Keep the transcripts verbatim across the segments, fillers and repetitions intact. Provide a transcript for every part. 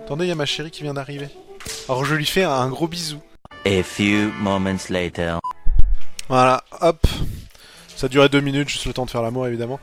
Attendez, il y a ma chérie qui vient d'arriver. Alors je lui fais un gros bisou. A few moments later. Voilà, hop. Ça durait deux minutes, juste le temps de faire l'amour évidemment.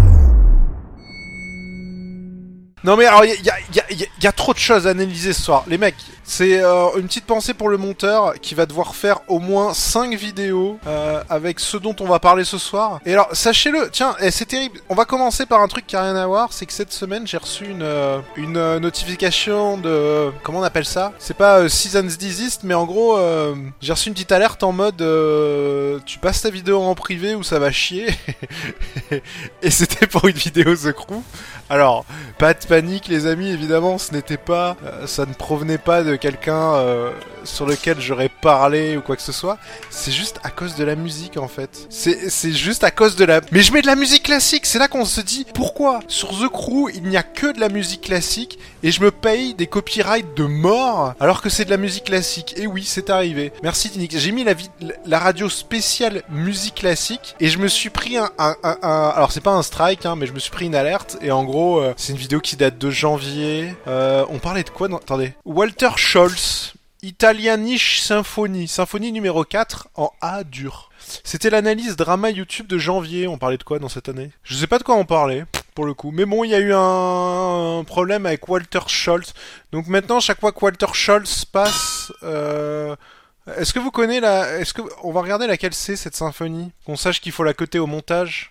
Non mais alors, il y a, y, a, y, a, y a trop de choses à analyser ce soir. Les mecs, c'est euh, une petite pensée pour le monteur qui va devoir faire au moins cinq vidéos euh, avec ce dont on va parler ce soir. Et alors, sachez-le, tiens, eh, c'est terrible. On va commencer par un truc qui a rien à voir. C'est que cette semaine, j'ai reçu une, euh, une euh, notification de... Comment on appelle ça? C'est pas euh, Seasons Desist, mais en gros, euh, j'ai reçu une petite alerte en mode... Euh, tu passes ta vidéo en privé ou ça va chier. Et c'était pour une vidéo The Crew. Alors, pas de panique les amis, évidemment, ce n'était pas, euh, ça ne provenait pas de quelqu'un euh, sur lequel j'aurais parlé ou quoi que ce soit. C'est juste à cause de la musique en fait. C'est c'est juste à cause de la. Mais je mets de la musique classique. C'est là qu'on se dit pourquoi sur The Crew il n'y a que de la musique classique et je me paye des copyrights de mort alors que c'est de la musique classique. Et oui, c'est arrivé. Merci Tinix. J'ai mis la, vi- la radio spéciale musique classique et je me suis pris un, un, un, un... alors c'est pas un strike hein, mais je me suis pris une alerte et en gros euh, c'est une vidéo qui date de janvier. Euh, on parlait de quoi? Non, attendez. Walter Scholz, Italianisch Symphonie, symphonie numéro quatre en A dur. C'était l'analyse drama YouTube de janvier. On parlait de quoi dans cette année? Je sais pas de quoi on parlait, pour le coup. Mais bon, il y a eu un, un problème avec Walter Scholz. Donc maintenant, chaque fois que Walter Scholz passe... Euh... Est-ce que vous connaissez la... Est-ce que... On va regarder laquelle c'est, cette symphonie. Qu'on sache qu'il faut la coter au montage.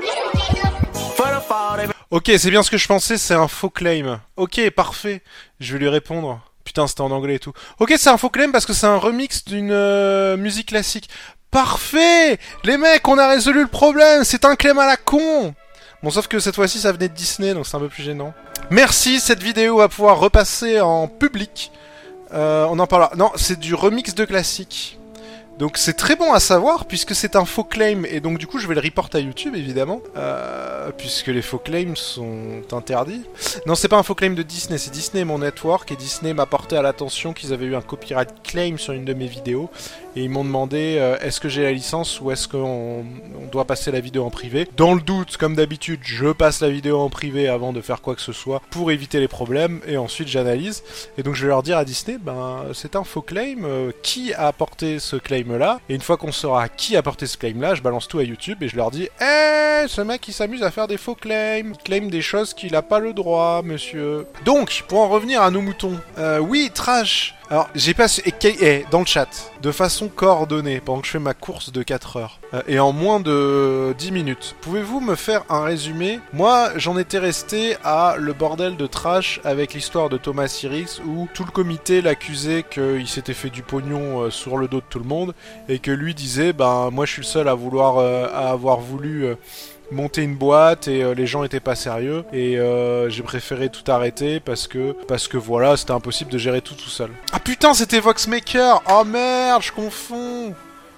Ok, c'est bien ce que je pensais, c'est un faux claim. Ok, parfait. Je vais lui répondre. Putain, c'était en anglais et tout. Ok, c'est un faux claim parce que c'est un remix d'une euh, musique classique. Parfait! Les mecs, on a résolu le problème. C'est un claim à la con. Bon, sauf que cette fois-ci, ça venait de Disney, donc c'est un peu plus gênant. Merci, cette vidéo va pouvoir repasser en public. Euh, on en parlera. Non, c'est du remix de classique. Donc c'est très bon à savoir puisque c'est un faux claim et donc du coup je vais le report à YouTube évidemment euh, puisque les faux claims sont interdits. Non, c'est pas un faux claim de Disney, c'est Disney mon network et Disney m'a porté à l'attention qu'ils avaient eu un copyright claim sur une de mes vidéos et ils m'ont demandé euh, est-ce que j'ai la licence ou est-ce qu'on on doit passer la vidéo en privé. Dans le doute, comme d'habitude, je passe la vidéo en privé avant de faire quoi que ce soit pour éviter les problèmes et ensuite j'analyse et donc je vais leur dire à Disney ben c'est un faux claim, euh, qui a apporté ce claim là, et une fois qu'on saura qui a porté ce claim là, je balance tout à YouTube et je leur dis eh, ce mec il s'amuse à faire des faux claims, il claim des choses qu'il a pas le droit, monsieur. Donc, pour en revenir à nos moutons, euh, oui, trash. Alors, j'ai pas su... Et, et, dans le chat, de façon coordonnée, pendant que je fais ma course de quatre heures, euh, et en moins de dix minutes, pouvez-vous me faire un résumé? Moi, j'en étais resté à le bordel de trash avec l'histoire de Thomas Sirix, où tout le comité l'accusait qu'il s'était fait du pognon euh, sur le dos de tout le monde, et que lui disait, ben, moi je suis le seul à vouloir, euh, à avoir voulu... Euh, monter une boîte et euh, les gens étaient pas sérieux et euh, j'ai préféré tout arrêter parce que parce que voilà, c'était impossible de gérer tout tout seul. Ah putain, c'était Voxmaker. Oh merde, je confonds.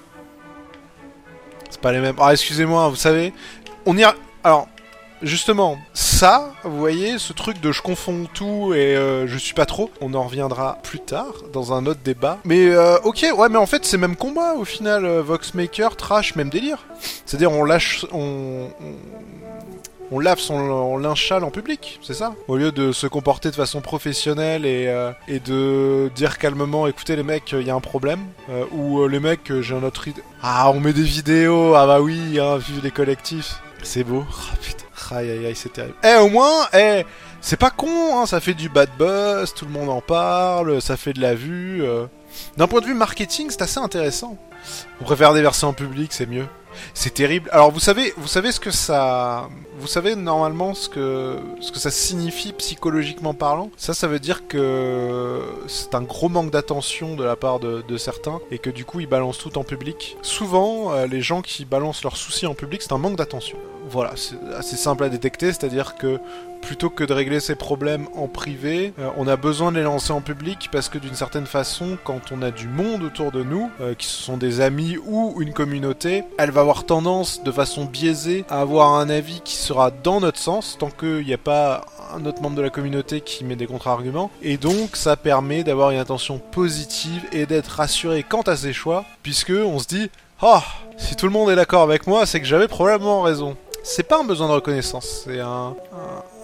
C'est pas les mêmes. Ah, excusez-moi, vous savez, on y a... Alors, justement, ça, vous voyez, ce truc de je confonds tout et euh, je suis pas trop, on en reviendra plus tard dans un autre débat. Mais euh, ok, ouais, mais en fait c'est même combat au final, euh, Voxmaker, trash, même délire. C'est-à-dire on lâche, on, on, on lave son linge sale en public, c'est ça. Au lieu de se comporter de façon professionnelle et, euh, et de dire calmement, écoutez les mecs, il y a un problème, euh, ou euh, les mecs, euh, j'ai un autre idée. Ah, on met des vidéos, ah bah oui, hein, vive les collectifs. C'est beau. Oh putain. Aïe aïe aïe, c'est terrible. Eh, au moins, eh, c'est pas con, hein, ça fait du bad buzz, tout le monde en parle, ça fait de la vue. Euh... D'un point de vue marketing, c'est assez intéressant. On préfère déverser en public, c'est mieux. C'est terrible. Alors vous savez, vous savez ce que ça, vous savez normalement ce que ce que ça signifie psychologiquement parlant. Ça, ça veut dire que c'est un gros manque d'attention de la part de, de certains et que du coup ils balancent tout en public. Souvent, euh, les gens qui balancent leurs soucis en public, c'est un manque d'attention. Voilà, c'est assez simple à détecter, c'est-à-dire que plutôt que de régler ses problèmes en privé, euh, on a besoin de les lancer en public parce que d'une certaine façon, quand on a du monde autour de nous, euh, qui sont des amis ou une communauté, elle va avoir tendance de façon biaisée à avoir un avis qui sera dans notre sens tant qu'il n'y a pas un autre membre de la communauté qui met des contre-arguments, et donc ça permet d'avoir une attention positive et d'être rassuré quant à ses choix, puisque on se dit « Oh, si tout le monde est d'accord avec moi, c'est que j'avais probablement raison ». C'est pas un besoin de reconnaissance, c'est un... un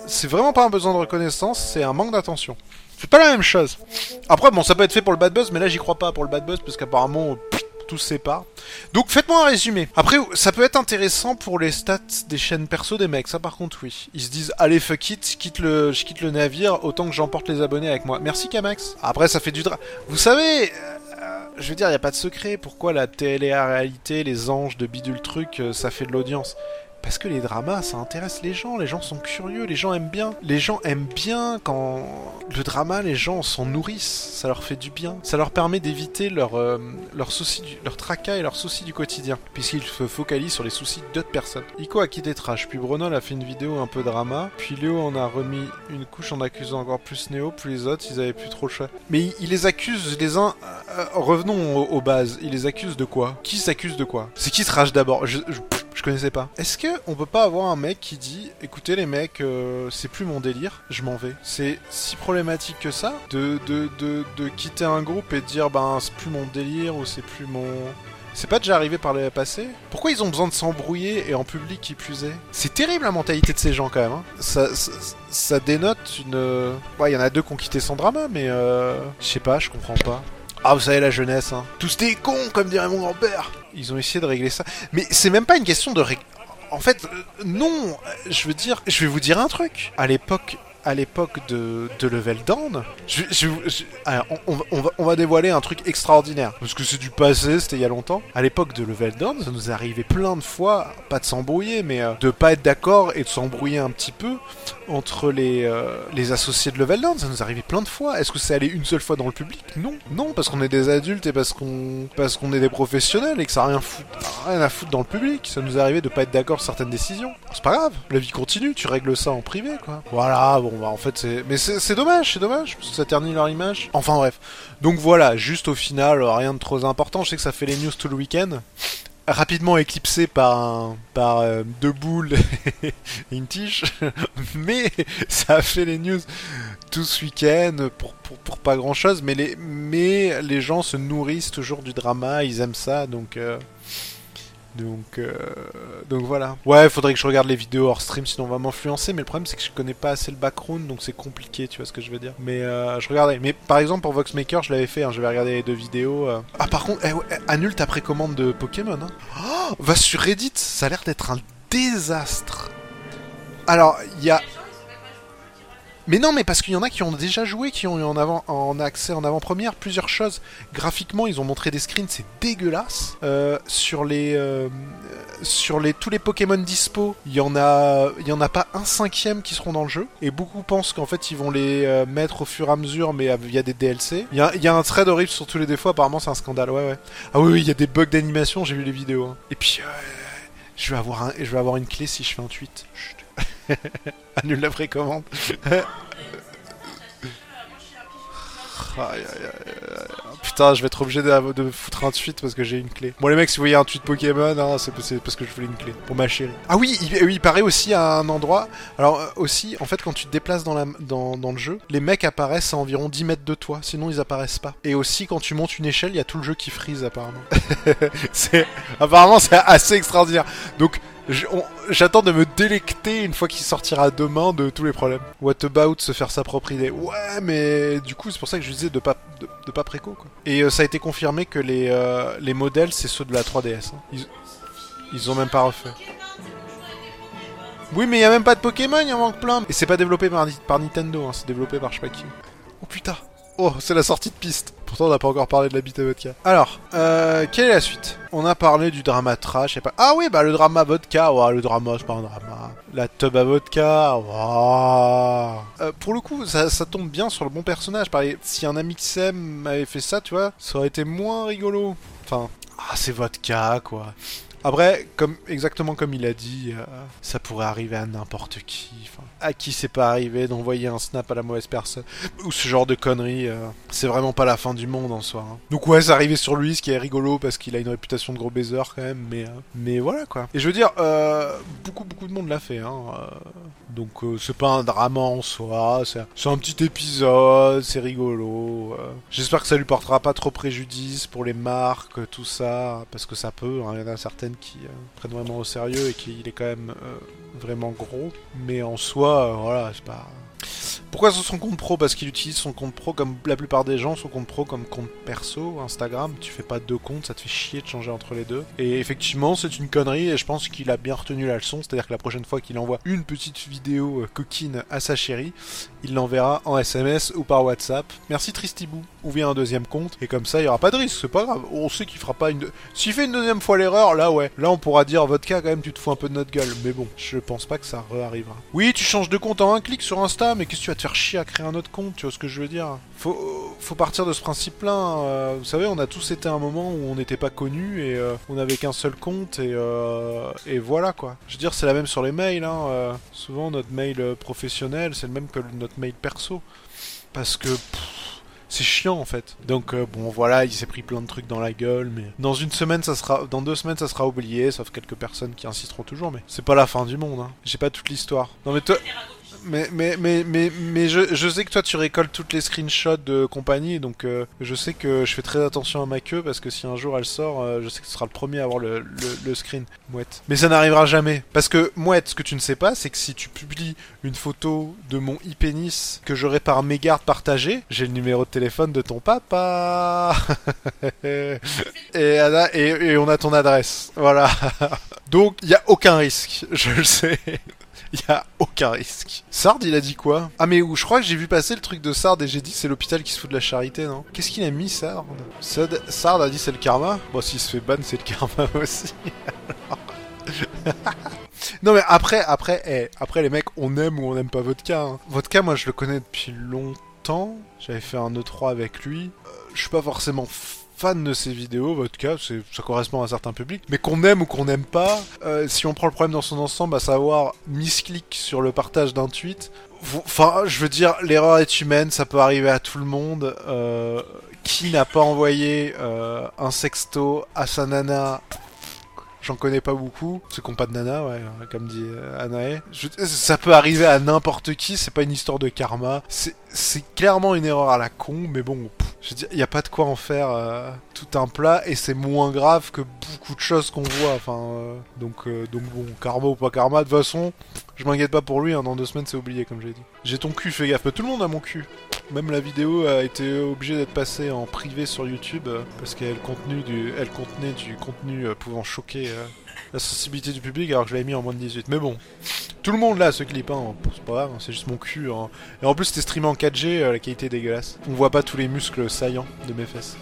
c'est vraiment pas un besoin de reconnaissance, c'est un manque d'attention. C'est pas la même chose. Après, bon, ça peut être fait pour le bad buzz, mais là, j'y crois pas pour le bad buzz, parce qu'apparemment, pff, tout se sépare. Donc, faites-moi un résumé. Après, ça peut être intéressant pour les stats des chaînes perso des mecs, ça par contre, oui. Ils se disent, allez, fuck it, quitte le, je quitte le navire, autant que j'emporte les abonnés avec moi. Merci, Kamax. Après, ça fait du drap. Vous savez... Euh, je veux dire, il y a pas de secret. Pourquoi la télé-réalité, les anges de bidule truc, euh, ça fait de l'audience? Parce que les dramas, ça intéresse les gens, les gens sont curieux, les gens aiment bien. Les gens aiment bien quand le drama, les gens s'en nourrissent, ça leur fait du bien. Ça leur permet d'éviter leurs euh, leur soucis, du, leur tracas et leurs soucis du quotidien, puisqu'ils se focalisent sur les soucis d'autres personnes. Ico a quitté Trash, puis Bronol a fait une vidéo un peu drama, puis Léo en a remis une couche en accusant encore plus Néo, puis les autres, ils avaient plus trop le choix. Mais il, il les accuse les uns... Euh, revenons aux, aux bases, il les accuse de quoi? Qui s'accuse de quoi? C'est qui Trash d'abord? je, je... Je connaissais pas. Est-ce que on peut pas avoir un mec qui dit, écoutez les mecs, euh, c'est plus mon délire, je m'en vais. C'est si problématique que ça de, de, de, de quitter un groupe et de dire, ben c'est plus mon délire ou c'est plus mon... C'est pas déjà arrivé par le passé? Pourquoi ils ont besoin de s'embrouiller et en public qui plus est? C'est terrible la mentalité de ces gens quand même. Hein. Ça, ça, ça dénote une... Ouais, il y en a deux qui ont quitté sans drama, mais euh... je sais pas, je comprends pas. Ah, vous savez, la jeunesse, hein. Tous des cons, comme dirait mon grand-père. Ils ont essayé de régler ça. Mais c'est même pas une question de régler... En fait, euh, non. Je veux dire... Je vais vous dire un truc. À l'époque... À l'époque de, de Level Down, je, je, je, alors, on, on, on, va, on va dévoiler un truc extraordinaire. Parce que c'est du passé, c'était il y a longtemps. À l'époque de Level Down, ça nous est arrivé plein de fois, pas de s'embrouiller, mais euh, de pas être d'accord et de s'embrouiller un petit peu entre les, euh, les associés de Level Down. Ça nous est arrivé plein de fois. Est-ce que c'est allé une seule fois dans le public? Non. Non, parce qu'on est des adultes et parce qu'on parce qu'on est des professionnels et que ça n'a rien, rien à foutre dans le public. Ça nous est arrivé de pas être d'accord sur certaines décisions. C'est pas grave, la vie continue, tu règles ça en privé, quoi. Voilà, bon, bah en fait, c'est... Mais c'est, c'est dommage, c'est dommage, parce que ça ternit leur image. Enfin bref. Donc voilà, juste au final, rien de trop important. Je sais que ça fait les news tout le week-end. Rapidement éclipsé par un, par euh, deux boules et une tige, mais ça a fait les news tout ce week-end pour, pour, pour pas grand chose, mais les, mais les gens se nourrissent toujours du drama, ils aiment ça, donc euh, donc euh, donc voilà. Ouais, faudrait que je regarde les vidéos hors stream, sinon on va m'influencer, mais le problème c'est que je connais pas assez le background, donc c'est compliqué, tu vois ce que je veux dire. Mais euh, je regardais, mais par exemple pour Voxmaker je l'avais fait, hein, j'avais regardé les deux vidéos. Euh... Ah par contre, eh, ouais, annule ta précommande de Pokémon, hein. Oh, va sur Reddit, ça a l'air d'être un désastre. Alors, il y a... Mais non, mais parce qu'il y en a qui ont déjà joué, qui ont eu en, avant, en accès en avant-première plusieurs choses. Graphiquement, ils ont montré des screens, c'est dégueulasse. Euh, sur les, euh, sur les tous les Pokémon dispo, il y en a, il y en a pas un cinquième qui seront dans le jeu. Et beaucoup pensent qu'en fait, ils vont les euh, mettre au fur et à mesure, mais via des D L C. Il y a, il y a un thread horrible sur tous les défauts. Apparemment, c'est un scandale. Ouais, ouais. Ah oui, oui, il y a des bugs d'animation. J'ai vu les vidéos. Hein. Et puis, euh, je vais avoir un, je vais avoir une clé si je fais un tweet. Chut. Annule la précommande. Aïe, aïe, aïe, aïe. Putain, je vais être obligé de, de foutre un tweet parce que j'ai une clé. Bon les mecs, si vous voyez un tweet Pokémon, hein, c'est parce que je voulais une clé pour ma chérie. Ah oui, il, oui, il paraît aussi à un endroit. Alors euh, aussi, en fait, quand tu te déplaces dans, la, dans, dans le jeu, les mecs apparaissent à environ dix mètres de toi, sinon ils apparaissent pas. Et aussi, quand tu montes une échelle, il y a tout le jeu qui freeze apparemment. c'est apparemment c'est assez extraordinaire. Donc j'attends de me délecter une fois qu'il sortira demain de tous les problèmes. What about se faire sa propre idée? Ouais, mais du coup, c'est pour ça que je disais de pas, de, de pas préco, quoi. Et euh, ça a été confirmé que les, euh, les modèles, c'est ceux de la trois D S. Hein. Ils, ils ont même pas refait. Oui, mais il y a même pas de Pokémon, il y en manque plein. Et c'est pas développé par, par Nintendo, hein, c'est développé par je sais pas qui. Oh putain. Oh, c'est la sortie de piste. Pourtant, on n'a pas encore parlé de la bite à vodka. Alors, euh, quelle est la suite? On a parlé du drama trash, je sais pas... Ah oui, bah le drama vodka, ouais, le drama, c'est pas un drama. La tub à vodka, wow. euh, Pour le coup, ça, ça tombe bien sur le bon personnage. Pareil, si un ami Xem m'avait fait ça, tu vois, ça aurait été moins rigolo. Enfin, ah, c'est vodka, quoi. Après, comme, exactement comme il a dit, euh, ça pourrait arriver à n'importe qui. Enfin, à qui c'est pas arrivé d'envoyer un snap à la mauvaise personne ou ce genre de conneries. Euh, c'est vraiment pas la fin du monde en soi. Hein. Donc ouais, c'est arrivé sur lui, ce qui est rigolo parce qu'il a une réputation de gros baiser quand même. Mais euh, mais voilà quoi. Et je veux dire, euh, beaucoup beaucoup de monde l'a fait. Hein, euh, donc euh, c'est pas un drama en soi. C'est, c'est un petit épisode, c'est rigolo. Euh, j'espère que ça lui portera pas trop préjudice pour les marques, tout ça, parce que ça peut. Hein, il y en a certaines qui euh, prennent vraiment au sérieux et qu'il est quand même euh, vraiment gros. Mais en soi, euh, voilà, c'est pas... Pourquoi sur son compte pro? Parce qu'il utilise son compte pro comme la plupart des gens, son compte pro comme compte perso, Instagram. Tu fais pas deux comptes, ça te fait chier de changer entre les deux. Et effectivement, c'est une connerie et je pense qu'il a bien retenu la leçon. C'est-à-dire que la prochaine fois qu'il envoie une petite vidéo euh, coquine à sa chérie, il l'enverra en S M S ou par WhatsApp. Merci Tristibou. Ouvre un deuxième compte et comme ça, il y aura pas de risque. C'est pas grave. On sait qu'il fera pas une... S'il fait une deuxième fois l'erreur, là ouais. Là, on pourra dire Vodka quand même, tu te fous un peu de notre gueule. Mais bon, je pense pas que ça re-arrivera. Oui, tu changes de compte en un clic sur Insta, mais qu'est-ce que tu vas te faire chier à créer un autre compte, tu vois ce que je veux dire? Faut, faut partir de ce principe-là. Euh, vous savez, on a tous été à un moment où on n'était pas connus et euh, on n'avait qu'un seul compte et, euh, et voilà quoi. Je veux dire, c'est la même sur les mails. Hein, euh, souvent, notre mail professionnel, c'est le même que notre mail perso. Parce que... Pff, c'est chiant en fait. Donc euh, bon voilà, il s'est pris plein de trucs dans la gueule, mais dans une semaine ça sera, dans deux semaines ça sera oublié, sauf quelques personnes qui insisteront toujours, mais c'est pas la fin du monde. Hein. J'ai pas toute l'histoire. Non mais toi. Mais, mais, mais, mais, mais je, je sais que toi tu récoltes toutes les screenshots de compagnie, donc euh, je sais que je fais très attention à ma queue parce que si un jour elle sort, euh, je sais que ce sera le premier à avoir le, le, le screen, Mouette. Mais ça n'arrivera jamais. Parce que, Mouette, ce que tu ne sais pas, c'est que si tu publies une photo de mon e-pénis que j'aurai par mégarde partagé, j'ai le numéro de téléphone de ton papa. et, et, et on a ton adresse. Voilà. Donc, il n'y a aucun risque, je le sais. Il y a aucun risque. Sard, il a dit quoi? Ah mais où je crois que j'ai vu passer le truc de Sard et j'ai dit c'est l'hôpital qui se fout de la charité, non? Qu'est-ce qu'il a mis, Sard? Sard a dit c'est le karma. Bon, s'il se fait ban, c'est le karma aussi. Non mais après, après, hey, après les mecs, on aime ou on n'aime pas Vodka. Hein. Vodka, moi je le connais depuis longtemps. J'avais fait un E trois avec lui. Euh, je suis pas forcément fan de ses vidéos, Vodka, c'est, ça correspond à un certain public, mais qu'on aime ou qu'on n'aime pas, euh, si on prend le problème dans son ensemble, à savoir misclick sur le partage d'un tweet, enfin, je veux dire, l'erreur est humaine, ça peut arriver à tout le monde, euh, qui n'a pas envoyé euh, un sexto à sa nana? J'en connais pas beaucoup, ceux qui n'ont pas de nana, ouais, comme dit euh, Anae. Je, ça peut arriver à n'importe qui, c'est pas une histoire de karma. C'est, c'est clairement une erreur à la con, mais bon, pff, je veux dire, y a pas de quoi en faire euh, tout un plat, et c'est moins grave que beaucoup de choses qu'on voit. Enfin, euh, donc, euh, donc bon, karma ou pas karma, de toute façon, je m'inquiète pas pour lui. Hein, dans deux semaines, c'est oublié, comme j'ai dit. J'ai ton cul, fais gaffe. Tout le monde a mon cul. Même la vidéo a été obligée d'être passée en privé sur YouTube euh, parce qu'elle contenu du, elle contenait du contenu euh, pouvant choquer euh, la sensibilité du public alors que je l'avais mis en moins de dix-huit. Mais bon, tout le monde là, ce clip, hein, c'est pas grave, hein, c'est juste mon cul. Hein. Et en plus, c'était streamé en quatre G, euh, la qualité est dégueulasse. On voit pas tous les muscles saillants de mes fesses.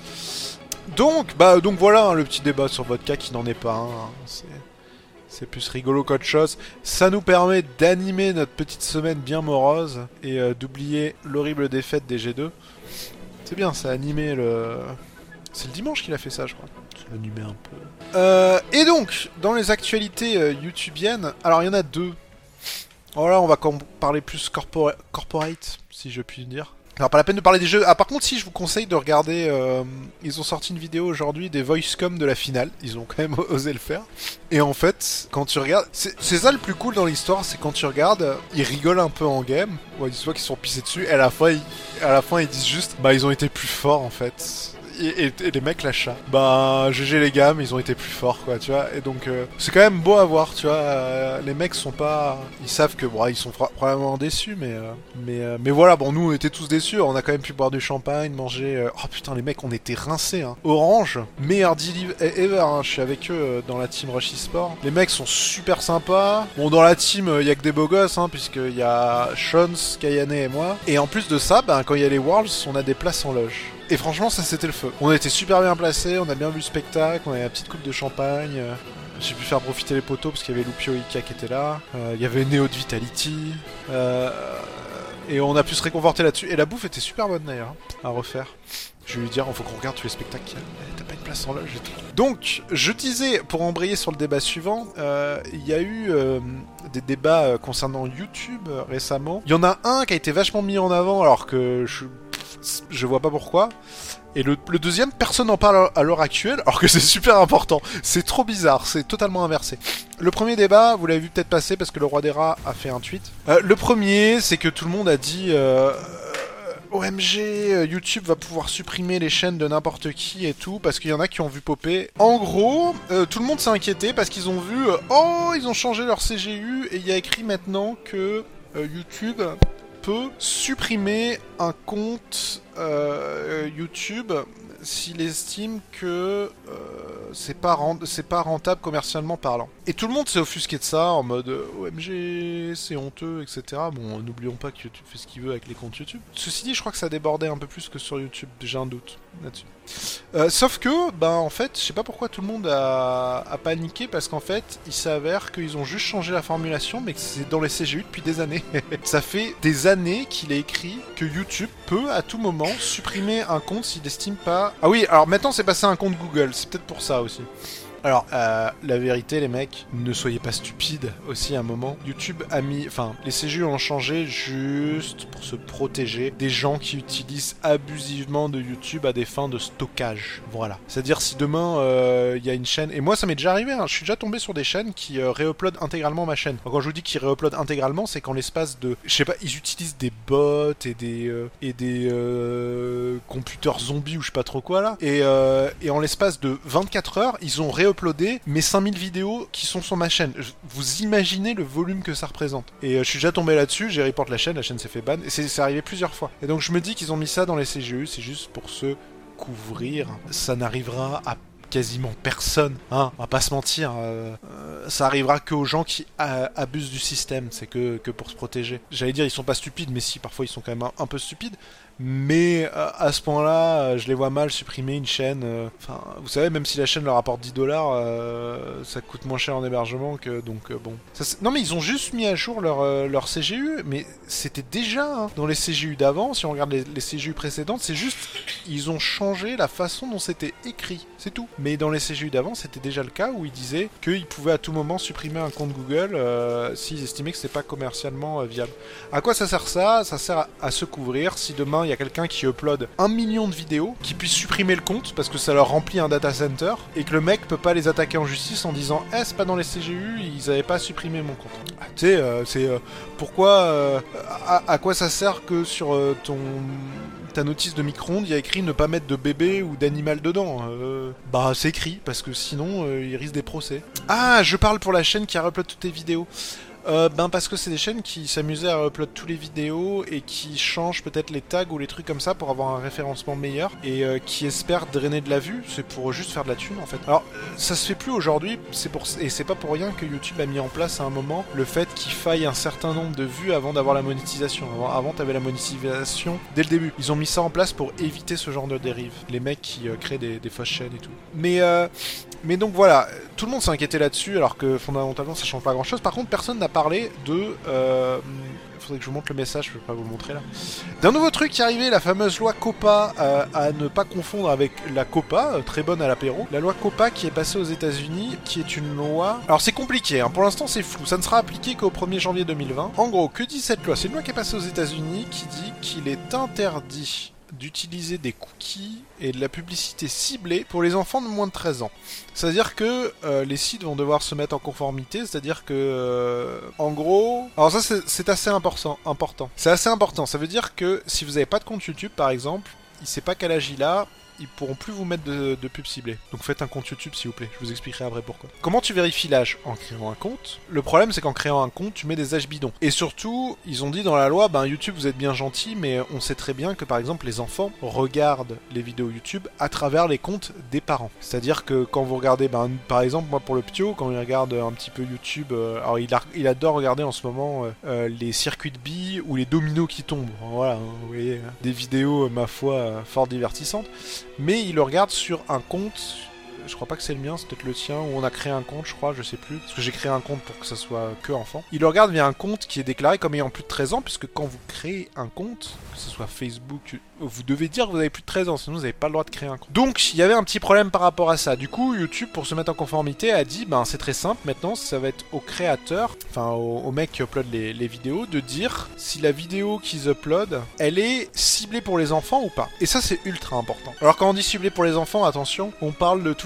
Donc, bah, donc voilà hein, le petit débat sur Vodka qui n'en est pas un. Hein, c'est... C'est plus rigolo qu'autre chose. Ça nous permet d'animer notre petite semaine bien morose et euh, d'oublier l'horrible défaite des G deux. C'est bien, ça a animé le... C'est le dimanche qu'il a fait ça, je crois. Ça a animé un peu. Euh, et donc, dans les actualités euh, youtubiennes, alors il y en a deux. Alors là, on va com- parler plus corpora- corporate, si je puis dire. Alors pas la peine de parler des jeux. Ah par contre si je vous conseille de regarder, euh, ils ont sorti une vidéo aujourd'hui des voice-com de la finale. Ils ont quand même osé le faire. Et en fait, quand tu regardes, c'est, c'est ça le plus cool dans l'histoire, c'est quand tu regardes, ils rigolent un peu en game. Ouais, ils voient qu'ils sont pissés dessus. Et à la fin, ils, à la fin ils disent juste, bah ils ont été plus forts en fait. Et, et, et les mecs lâchent ça. Bah G G les gars, mais ils ont été plus forts quoi, tu vois. Et donc euh, c'est quand même beau à voir, tu vois. Euh, les mecs sont pas, ils savent que bon, ils sont fra- probablement déçus, mais euh, mais euh, mais voilà. Bon, nous on était tous déçus. On a quand même pu boire du champagne, manger. Euh... Oh putain, les mecs, on était rincés. Hein. Orange, meilleur deal ever. Hein. Je suis avec eux euh, dans la team Rush Esport. Les mecs sont super sympas. Bon, dans la team, il euh, y a que des beaux gosses, hein, puisqu'il y a Shons, Kayane et moi. Et en plus de ça, ben quand il y a les Worlds, on a des places en loge. Et franchement, ça c'était le feu. On était super bien placés, on a bien vu le spectacle, on avait la petite coupe de champagne. Euh, j'ai pu faire profiter les poteaux parce qu'il y avait Lupio Ika qui était là. Euh, il y avait Neo de Vitality. Euh, et on a pu se réconforter là-dessus. Et la bouffe était super bonne d'ailleurs, à refaire. Je vais lui dire, il faut qu'on regarde tous les spectacles qu'il y a. T'as pas une place en loge et tout. Donc, je disais, pour embrayer sur le débat suivant, euh, il y a eu euh, des débats euh, concernant YouTube euh, récemment. Il y en a un qui a été vachement mis en avant alors que je... Je vois pas pourquoi. Et le, le deuxième, personne n'en parle à l'heure actuelle, alors que c'est super important. C'est trop bizarre, c'est totalement inversé. Le premier débat, vous l'avez vu peut-être passer parce que le roi des rats a fait un tweet. Euh, le premier, c'est que tout le monde a dit... Euh, O M G, euh, YouTube va pouvoir supprimer les chaînes de n'importe qui et tout, parce qu'il y en a qui ont vu popper. En gros, euh, tout le monde s'est inquiété parce qu'ils ont vu, euh, oh, ils ont changé leur C G U, et il y a écrit maintenant que euh, YouTube peut supprimer un compte euh, YouTube s'il estime que euh, c'est pas, rent- c'est pas rentable commercialement parlant. Et tout le monde s'est offusqué de ça, en mode euh, O M G, c'est honteux, et cetera. Bon, n'oublions pas que YouTube fait ce qu'il veut avec les comptes YouTube. Ceci dit, je crois que ça débordait un peu plus que sur YouTube, j'ai un doute là-dessus. Euh, sauf que, ben en fait, je sais pas pourquoi tout le monde a, a paniqué, parce qu'en fait, il s'avère qu'ils ont juste changé la formulation, mais que c'est dans les C G U depuis des années. Ça fait des années qu'il est écrit que YouTube peut, à tout moment, supprimer un compte s'il estime pas... Ah oui, alors maintenant c'est passé à un compte Google, c'est peut-être pour ça aussi. Alors, euh, la vérité, les mecs, ne soyez pas stupides aussi à un moment. YouTube a mis... Enfin, les C G U ont changé juste pour se protéger des gens qui utilisent abusivement de YouTube à des fins de stockage. Voilà. C'est-à-dire, si demain, il euh, y a une chaîne... Et moi, ça m'est déjà arrivé, hein, je suis déjà tombé sur des chaînes qui euh, réuploadent intégralement ma chaîne. Alors, quand je vous dis qu'ils réuploadent intégralement, c'est qu'en l'espace de... Je sais pas, ils utilisent des bots et des... Euh, et des... Euh, computers zombies ou je sais pas trop quoi, là. Et, euh, et en l'espace de vingt-quatre heures, ils ont réuploadé uploader mes cinq mille vidéos qui sont sur ma chaîne. Vous imaginez le volume que ça représente. Et euh, je suis déjà tombé là-dessus, j'ai reporté la chaîne, la chaîne s'est fait ban, et c'est, c'est arrivé plusieurs fois. Et donc je me dis qu'ils ont mis ça dans les C G U, c'est juste pour se couvrir. Ça n'arrivera à quasiment personne, hein, on va pas se mentir, euh, euh, ça arrivera qu'aux gens qui a, abusent du système, c'est que, que pour se protéger. J'allais dire ils sont pas stupides, mais si, parfois ils sont quand même un, un peu stupides, mais euh, à ce point-là, euh, je les vois mal supprimer une chaîne, enfin, euh, vous savez, même si la chaîne leur apporte dix dollars, euh, ça coûte moins cher en hébergement que, donc euh, bon. Ça, non mais ils ont juste mis à jour leur, euh, leur C G U, mais c'était déjà, hein, dans les C G U d'avant, si on regarde les, les C G U précédentes, c'est juste, ils ont changé la façon dont c'était écrit, c'est tout. Mais dans les C G U d'avant, c'était déjà le cas où ils disaient qu'ils pouvaient à tout moment supprimer un compte Google euh, s'ils estimaient que c'était pas commercialement euh, viable. À quoi ça sert ça? Ça sert à, à se couvrir si demain il y a quelqu'un qui upload un million de vidéos, qui puisse supprimer le compte parce que ça leur remplit un data center et que le mec peut pas les attaquer en justice en disant eh c'est pas dans les C G U, ils avaient pas supprimé mon compte. Ah, tu sais, euh, c'est euh, pourquoi euh, à, à quoi ça sert que sur euh, ton ta notice de micro-ondes, il y a écrit ne pas mettre de bébé ou d'animal dedans. Euh, bah c'est écrit, parce que sinon euh, il risque des procès. Ah, je parle pour la chaîne qui a upload toutes tes vidéos. Euh, ben parce que c'est des chaînes qui s'amusaient à upload toutes les vidéos et qui changent peut-être les tags ou les trucs comme ça pour avoir un référencement meilleur et euh, qui espèrent drainer de la vue, c'est pour juste faire de la thune en fait. Alors ça se fait plus aujourd'hui, c'est pour et c'est pas pour rien que YouTube a mis en place à un moment le fait qu'il faille un certain nombre de vues avant d'avoir la monétisation. Avant, avant t'avais la monétisation dès le début. Ils ont mis ça en place pour éviter ce genre de dérive. Les mecs qui euh, créent des, des fausses chaînes et tout. Mais euh, mais donc voilà, tout le monde s'est inquiété là-dessus alors que fondamentalement ça change pas grand-chose. Par contre personne n'a parler de... Euh, faudrait que je vous montre le message, je peux pas vous le montrer là. D'un nouveau truc qui est arrivé, la fameuse loi COPPA, euh, à ne pas confondre avec la COPA, euh, très bonne à l'apéro. La loi COPPA qui est passée aux États-Unis, qui est une loi... Alors c'est compliqué, hein, pour l'instant c'est flou, ça ne sera appliqué qu'au premier janvier deux mille vingt. En gros, que dit cette loi? C'est une loi qui est passée aux États-Unis qui dit qu'il est interdit d'utiliser des cookies et de la publicité ciblée pour les enfants de moins de treize ans. C'est-à-dire que euh, les sites vont devoir se mettre en conformité, c'est-à-dire que, euh, en gros... Alors ça, c'est, c'est assez important, important. C'est assez important, ça veut dire que si vous n'avez pas de compte YouTube, par exemple, il sait pas quel âge il a, ils pourront plus vous mettre de, de pub ciblée. Donc faites un compte YouTube s'il vous plaît, je vous expliquerai après pourquoi. Comment tu vérifies l'âge? En créant un compte. Le problème c'est qu'en créant un compte, tu mets des âges bidons. Et surtout, ils ont dit dans la loi, ben YouTube vous êtes bien gentil, mais on sait très bien que par exemple les enfants regardent les vidéos YouTube à travers les comptes des parents. C'est-à-dire que quand vous regardez, ben par exemple moi pour le Pio, quand il regarde un petit peu YouTube, euh, alors il, a, il adore regarder en ce moment euh, euh, les circuits de billes ou les dominos qui tombent. Voilà, hein, vous voyez, des vidéos ma foi euh, fort divertissantes. Mais il le regarde sur un compte, je crois pas que c'est le mien, c'est peut-être le tien, où on a créé un compte, je crois, je sais plus, parce que j'ai créé un compte pour que ça soit que enfant. Il le regarde via un compte qui est déclaré comme ayant plus de treize ans, puisque quand vous créez un compte, que ce soit Facebook, vous devez dire que vous avez plus de treize ans, sinon vous n'avez pas le droit de créer un compte. Donc, il y avait un petit problème par rapport à ça. Du coup, YouTube, pour se mettre en conformité, a dit, ben c'est très simple, maintenant, ça va être aux créateurs, enfin aux, aux mecs qui uploadent les, les vidéos, de dire si la vidéo qu'ils uploadent, elle est ciblée pour les enfants ou pas. Et ça, c'est ultra important. Alors, quand on dit ciblée pour les enfants, attention, on parle de toutes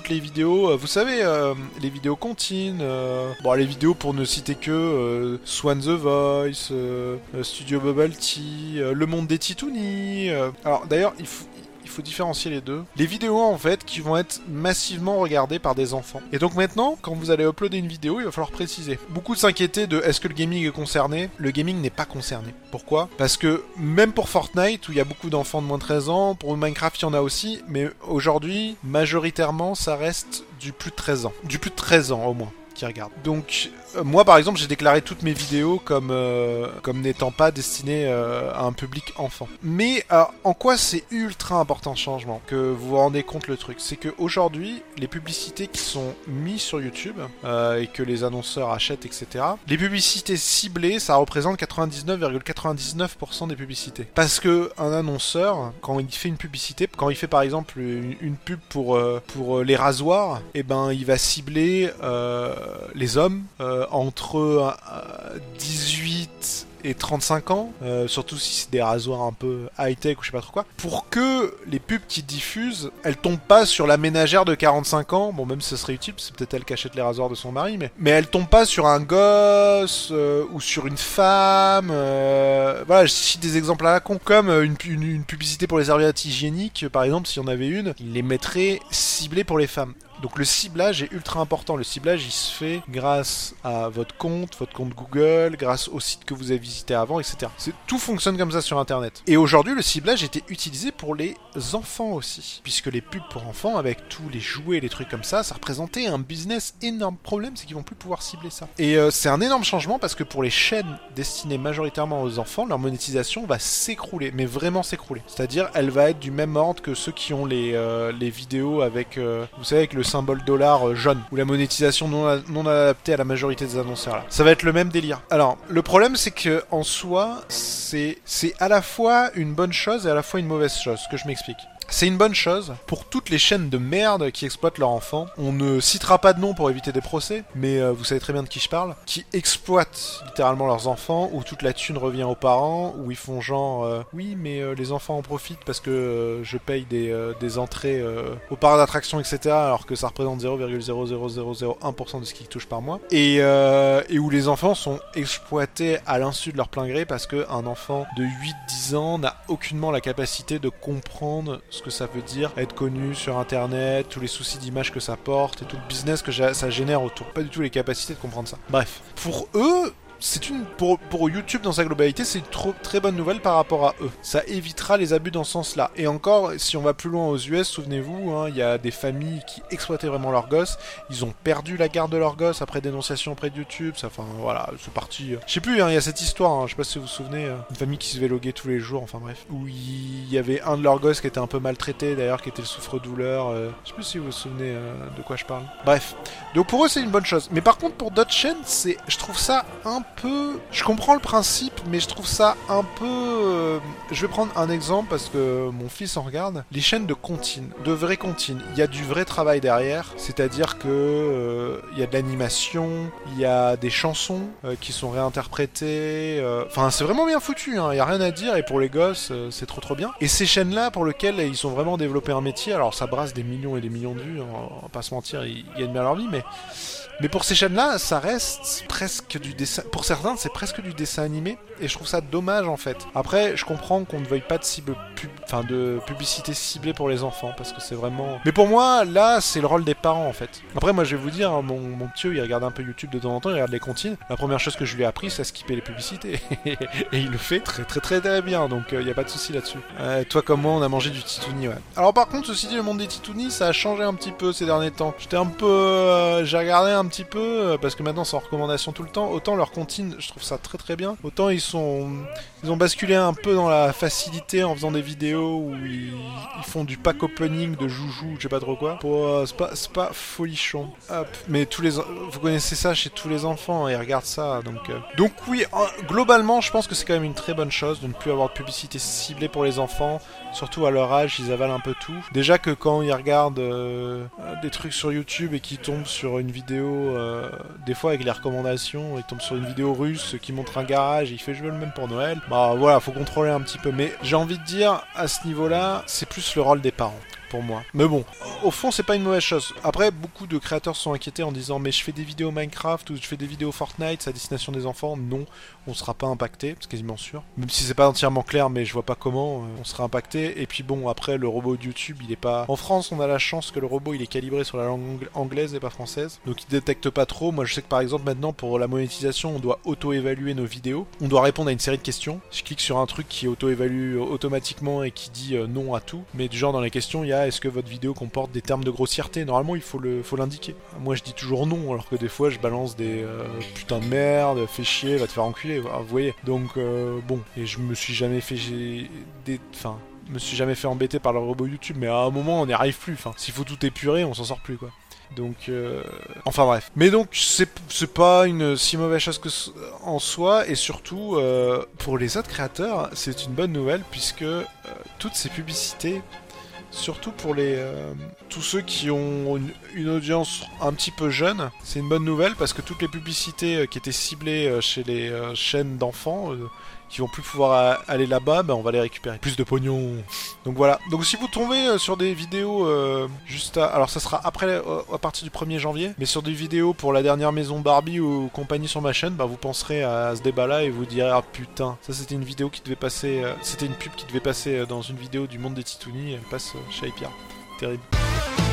les vidéos, euh, vous savez, euh, les vidéos comptines, euh, bon, les vidéos pour ne citer que euh, Swan the Voice, euh, Studio Bubble Tea, euh, Le Monde des Titounis. Euh. Alors d'ailleurs, il faut... Il faut différencier les deux. Les vidéos en fait qui vont être massivement regardées par des enfants. Et donc maintenant, quand vous allez uploader une vidéo, il va falloir préciser. Beaucoup s'inquiétaient de est-ce que le gaming est concerné? Le gaming n'est pas concerné. Pourquoi? Parce que même pour Fortnite, où il y a beaucoup d'enfants de moins de treize ans, pour Minecraft il y en a aussi, mais aujourd'hui, majoritairement, ça reste du plus de treize ans. Du plus de treize ans au moins. Qui regardent. Donc euh, moi par exemple j'ai déclaré toutes mes vidéos comme euh, comme n'étant pas destinées euh, à un public enfant. Mais euh, en quoi c'est ultra important ce changement, que vous vous rendez compte le truc, c'est que aujourd'hui les publicités qui sont mises sur YouTube euh, et que les annonceurs achètent, et cetera. Les publicités ciblées, ça représente quatre-vingt-dix-neuf virgule quatre-vingt-dix-neuf pour cent des publicités. Parce que un annonceur, quand il fait une publicité, quand il fait par exemple une, une pub pour euh, pour euh, les rasoirs, et eh ben il va cibler euh, les hommes euh, entre euh, dix-huit et trente-cinq ans, euh, surtout si c'est des rasoirs un peu high-tech ou je sais pas trop quoi, pour que les pubs qui diffusent, elles tombent pas sur la ménagère de quarante-cinq ans, bon même si ce serait utile, c'est peut-être elle qui achète les rasoirs de son mari, mais, mais elles tombent pas sur un gosse, euh, ou sur une femme, euh, voilà, je cite des exemples à la con, comme une, une, une publicité pour les serviettes hygiéniques, par exemple, s'il y en avait une, il les mettrait ciblées pour les femmes. Donc le ciblage est ultra important. Le ciblage, il se fait grâce à votre compte, votre compte Google, grâce au site que vous avez visité avant, et cetera. C'est, tout fonctionne comme ça sur Internet. Et aujourd'hui, le ciblage était utilisé pour les enfants aussi. Puisque les pubs pour enfants, avec tous les jouets, les trucs comme ça, ça représentait un business énorme. Le problème, c'est qu'ils vont plus pouvoir cibler ça. Et euh, c'est un énorme changement parce que pour les chaînes destinées majoritairement aux enfants, leur monétisation va s'écrouler. Mais vraiment s'écrouler. C'est-à-dire, elle va être du même ordre que ceux qui ont les, euh, les vidéos avec, euh, vous savez, avec le symbole dollar jaune, ou la monétisation non, non adaptée à la majorité des annonceurs là. Ça va être le même délire. Alors, le problème c'est que en soi, c'est c'est à la fois une bonne chose et à la fois une mauvaise chose, que je m'explique. C'est une bonne chose pour toutes les chaînes de merde qui exploitent leurs enfants. On ne citera pas de nom pour éviter des procès, mais euh, vous savez très bien de qui je parle. Qui exploitent littéralement leurs enfants, où toute la thune revient aux parents, où ils font genre euh, oui mais euh, les enfants en profitent parce que euh, je paye des, euh, des entrées euh, aux parcs d'attraction, et cetera. Alors que ça représente zéro virgule zéro zéro zéro zéro un pour cent de ce qu'ils touchent par mois. Et, euh, et où les enfants sont exploités à l'insu de leur plein gré parce qu'un enfant de huit dix ans n'a aucunement la capacité de comprendre ce que ça veut dire être connu sur internet, tous les soucis d'image que ça porte et tout le business que ça génère autour. Pas du tout les capacités de comprendre ça. Bref, pour eux, c'est une pour, pour YouTube dans sa globalité, c'est une trop, très bonne nouvelle par rapport à eux. Ça évitera les abus dans ce sens-là. Et encore, si on va plus loin aux U S, souvenez-vous, hein, il y a des familles qui exploitaient vraiment leurs gosses. Ils ont perdu la garde de leurs gosses après dénonciation auprès de YouTube. Ça, enfin voilà, c'est parti. Je sais plus, il hein, y a cette histoire. Hein, je sais pas si vous vous souvenez, euh, une famille qui se véloguait tous les jours. Enfin bref, où il y avait un de leurs gosses qui était un peu maltraité, d'ailleurs, qui était le souffre-douleur. Euh, je sais plus si vous vous souvenez euh, de quoi je parle. Bref, donc pour eux c'est une bonne chose. Mais par contre pour d'autres chaînes, c'est, je trouve ça un peu... Je comprends le principe, mais je trouve ça un peu... Euh... Je vais prendre un exemple parce que mon fils en regarde. Les chaînes de comptines, de vraies comptines. Il y a du vrai travail derrière, c'est-à-dire que euh, il y a de l'animation, il y a des chansons euh, qui sont réinterprétées. Euh... Enfin, c'est vraiment bien foutu, hein. Il y a rien à dire et pour les gosses, euh, c'est trop trop bien. Et ces chaînes-là, pour lesquelles ils ont vraiment développé un métier, alors ça brasse des millions et des millions de vues, hein, on va pas se mentir, ils gagnent bien leur vie, mais... Mais pour ces chaînes-là, ça reste presque du dessin... Pour certains, c'est presque du dessin animé, et je trouve ça dommage, en fait. Après, je comprends qu'on ne veuille pas de cible... Pub... Enfin, de publicité ciblée pour les enfants, parce que c'est vraiment... Mais pour moi, là, c'est le rôle des parents, en fait. Après, moi, je vais vous dire, hein, mon, mon petit, il regarde un peu YouTube de temps en temps, il regarde les comptines. La première chose que je lui ai appris, c'est à skipper les publicités. Et il le fait très très très très bien, donc il euh, n'y a pas de souci là-dessus. Euh, toi comme moi, on a mangé du titouni, ouais. Alors par contre, ceci dit, le monde des titounis, ça a changé un petit peu ces derniers temps. J'étais un peu... Euh, j'ai regardé un petit peu, euh, parce que maintenant c'est en recommandation tout le temps. Autant leur comptine, je trouve ça très très bien. Autant ils sont... Ils ont basculé un peu dans la facilité en faisant des vidéos où ils, ils font du pack opening de joujou, je sais pas trop quoi. Pour, euh, c'est pas, c'est pas folichon. Hop. Mais tous les... Vous connaissez ça chez tous les enfants, hein, ils regardent ça, donc... Euh... Donc oui, euh, globalement, je pense que c'est quand même une très bonne chose de ne plus avoir de publicité ciblée pour les enfants. Surtout à leur âge, ils avalent un peu tout. Déjà que quand ils regardent euh, des trucs sur YouTube et qu'ils tombent sur une vidéo, euh, des fois avec les recommandations, ils tombent sur une vidéo russe qui montre un garage et il fait je veux le même pour Noël. Bah voilà, faut contrôler un petit peu. Mais j'ai envie de dire, à ce niveau-là, c'est plus le rôle des parents. pour moi. Mais bon, au fond, c'est pas une mauvaise chose. Après, beaucoup de créateurs sont inquiétés en disant mais je fais des vidéos Minecraft ou je fais des vidéos Fortnite, c'est à destination des enfants. Non, on sera pas impacté, c'est quasiment sûr. Même si c'est pas entièrement clair, mais je vois pas comment euh, on sera impacté. Et puis bon, après, le robot de YouTube, il est pas... En France, on a la chance que le robot, il est calibré sur la langue anglaise et pas française. Donc il détecte pas trop. Moi, je sais que par exemple, maintenant, pour la monétisation, on doit auto-évaluer nos vidéos. On doit répondre à une série de questions. Je clique sur un truc qui auto-évalue automatiquement et qui dit euh, non à tout. Mais du genre, dans les questions, il y a est-ce que votre vidéo comporte des termes de grossièreté? Normalement, il faut le, faut l'indiquer. Moi, je dis toujours non, alors que des fois, je balance des euh, putain de merde, fais chier, va te faire enculer. Vous voyez. Donc, euh, bon. Et je me suis jamais fait... des... Enfin... me suis jamais fait embêter par le robot YouTube, mais à un moment on n'y arrive plus. Enfin, s'il faut tout épurer, on s'en sort plus quoi. Donc, euh... enfin bref. Mais donc c'est c'est pas une si mauvaise chose que en soi, et surtout euh, pour les autres créateurs, c'est une bonne nouvelle puisque euh, toutes ces publicités, surtout pour les euh, tous ceux qui ont une, une audience un petit peu jeune, c'est une bonne nouvelle parce que toutes les publicités euh, qui étaient ciblées euh, chez les euh, chaînes d'enfants. Euh, qui vont plus pouvoir aller là-bas, ben on va les récupérer. Plus de pognon. Donc voilà. Donc si vous tombez sur des vidéos euh, juste à... Alors ça sera après, euh, à partir du premier janvier, mais sur des vidéos pour la dernière maison Barbie ou compagnie sur ma chaîne, ben vous penserez à ce débat-là et vous direz ah putain, ça c'était une vidéo qui devait passer... Euh, c'était une pub qui devait passer dans une vidéo du monde des Titounis, elle passe euh, chez Hypia. Terrible.